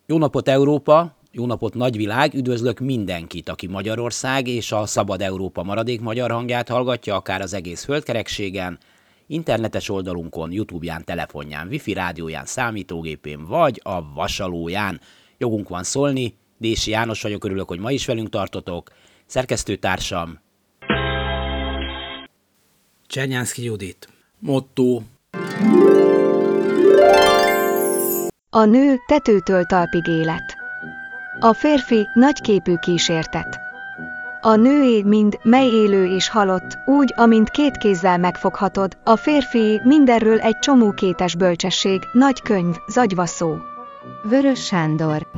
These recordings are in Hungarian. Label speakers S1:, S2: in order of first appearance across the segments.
S1: Jó napot Európa, jó napot nagyvilág, üdvözlök mindenkit, aki Magyarország és a Szabad Európa maradék magyar hangját hallgatja, akár az egész földkerekségen, internetes oldalunkon, YouTube-ján, telefonján, wifi rádióján, számítógépén vagy a vasalóján. Jogunk van szólni, Dési János vagyok, örülök, hogy ma is velünk tartotok. Szerkesztőtársam Csernyánszky Judit. Motto:
S2: a nő tetőtől talpig élet. A férfi nagyképű kísértet. A nőé mind, mely élő és halott, úgy, amint két kézzel megfoghatod, a férfié mindenről egy csomó kétes bölcsesség, nagy könyv, zagyva szó. Vörös Sándor.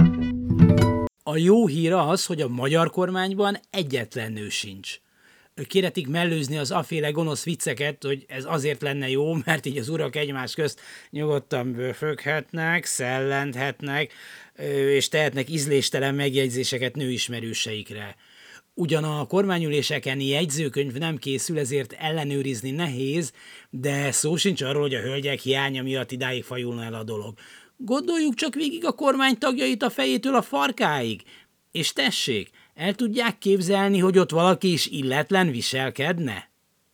S1: A jó hír az, hogy a magyar kormányban egyetlen nő sincs. Kéretik mellőzni az aféle gonosz vicceket, hogy ez azért lenne jó, mert így az urak egymás közt nyugodtan bőföghetnek, szellenthetnek, és tehetnek ízléstelen megjegyzéseket nőismerőseikre. Ugyan a kormányüléseken jegyzőkönyv nem készül, ezért ellenőrizni nehéz, de szó sincs arról, hogy a hölgyek hiánya miatt idáig fajulna el a dolog. Gondoljuk csak végig a kormány tagjait a fejétől a farkáig, és tessék, el tudják képzelni, hogy ott valaki is illetlen viselkedne?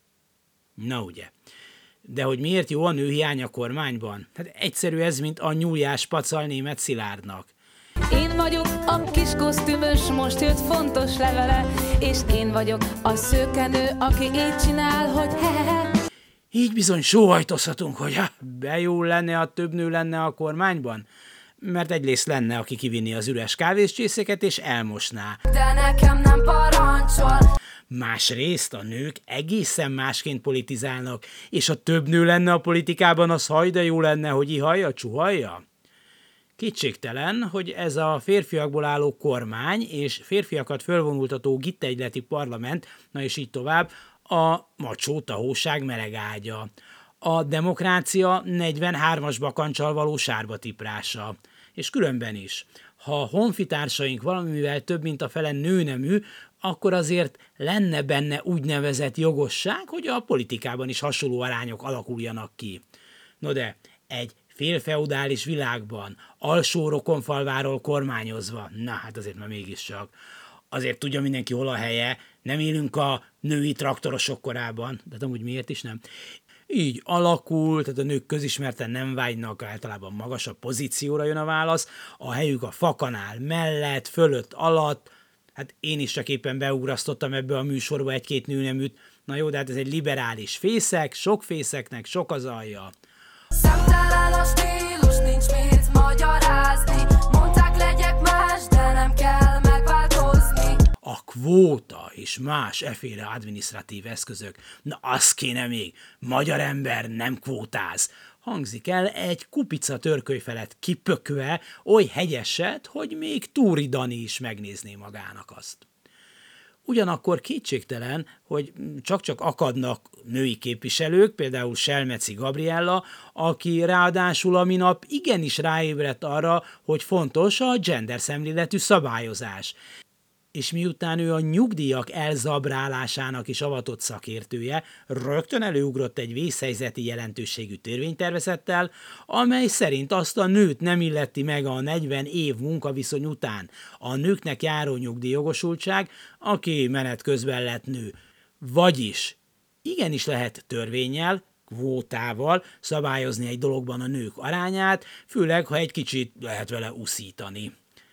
S1: Na ugye. De hogy miért jó a nőhiány a kormányban? Hát egyszerű ez, mint a nyúljás pacal Németh Szilárdnak.
S3: Én vagyok a kis kosztümös, most jött fontos levele, és én vagyok a szőkenő, aki így csinál, hogy he-he-he.
S1: Így bizony sóhajtozhatunk, hogy be jó lenne, ha több nő lenne a kormányban, mert egyrészt lenne, aki kivinni az üres kávéscsészeket és elmosná.
S3: De nekem nem parancsol.
S1: Másrészt a nők egészen másként politizálnak, és ha több nő lenne a politikában, az de jó lenne, hogy ihalja, csuhalja. Kétségtelen, hogy ez a férfiakból álló kormány és férfiakat fölvonultató gittegyleti parlament, na és így tovább, a macsó tahóság meleg ágya. A demokrácia 43-as bakancsal való sárba tiprása. És különben is. Ha a honfitársaink valamivel több, mint a fele nőnemű, akkor azért lenne benne úgynevezett jogosság, hogy a politikában is hasonló arányok alakuljanak ki. No de, egy félfeudális világban, alsó rokonfalváról kormányozva, na hát azért már mégiscsak, azért tudja mindenki, hol a helye, nem élünk a női traktorosok korában, de amúgy miért is nem? Így alakul, tehát a nők közismerten nem vágynak, általában magasabb pozícióra jön a válasz, a helyük a fakanál mellett, fölött, alatt, hát én is csak éppen beugrasztottam ebbe a műsorba egy-két nőneműt, na jó, de hát ez egy liberális fészek, sok fészeknek sok az alja.
S3: Szemtelen a stílus, nincs mit magyarázni, mondták legyek más, de nem kell megváltozni.
S1: A kvóta és más efféle adminisztratív eszközök, na az kéne még, magyar ember nem kvótáz. Hangzik el egy kupica törköly felett kipökve, oly hegyeset, hogy még Túri Dani is megnézné magának azt. Ugyanakkor kétségtelen, hogy csak-csak akadnak női képviselők, például Selmeci Gabriella, aki ráadásul a minap igenis ráébredt arra, hogy fontos a gender szemléletű szabályozás. És miután ő a nyugdíjak elzabrálásának is avatott szakértője, rögtön előugrott egy vészhelyzeti jelentőségű törvénytervezettel, amely szerint azt a nőt nem illeti meg a 40 év munkaviszony után a nőknek járó nyugdíjjogosultság, aki menet közben lett nő. Vagyis igenis lehet törvénnyel, kvótával szabályozni egy dologban a nők arányát, főleg, ha egy kicsit lehet vele uszítani.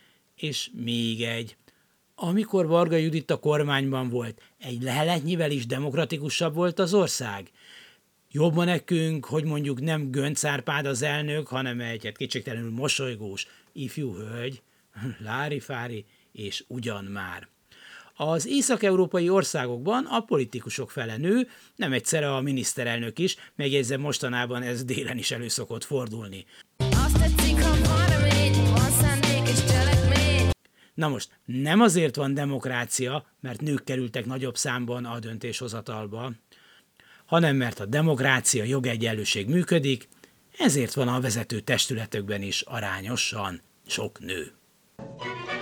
S1: És még egy. Amikor Varga Judit a kormányban volt, egy leheletnyivel is demokratikusabb volt az ország. Jobban nekünk, hogy mondjuk nem Göncz Árpád az elnök, hanem egy kétségtelenül mosolygós ifjú hölgy, lári-fári és ugyan már. Az észak-európai országokban a politikusok fele nő, nem egyszerre a miniszterelnök is, megjegyzem, mostanában ez délen is elő szokott fordulni.
S3: Azt tetszik, ha van szándék és cselekmény.
S1: Na most, nem azért van demokrácia, mert nők kerültek nagyobb számban a döntéshozatalba, hanem mert a demokrácia, jogegyenlőség működik, ezért van a vezető testületekben is arányosan sok nő.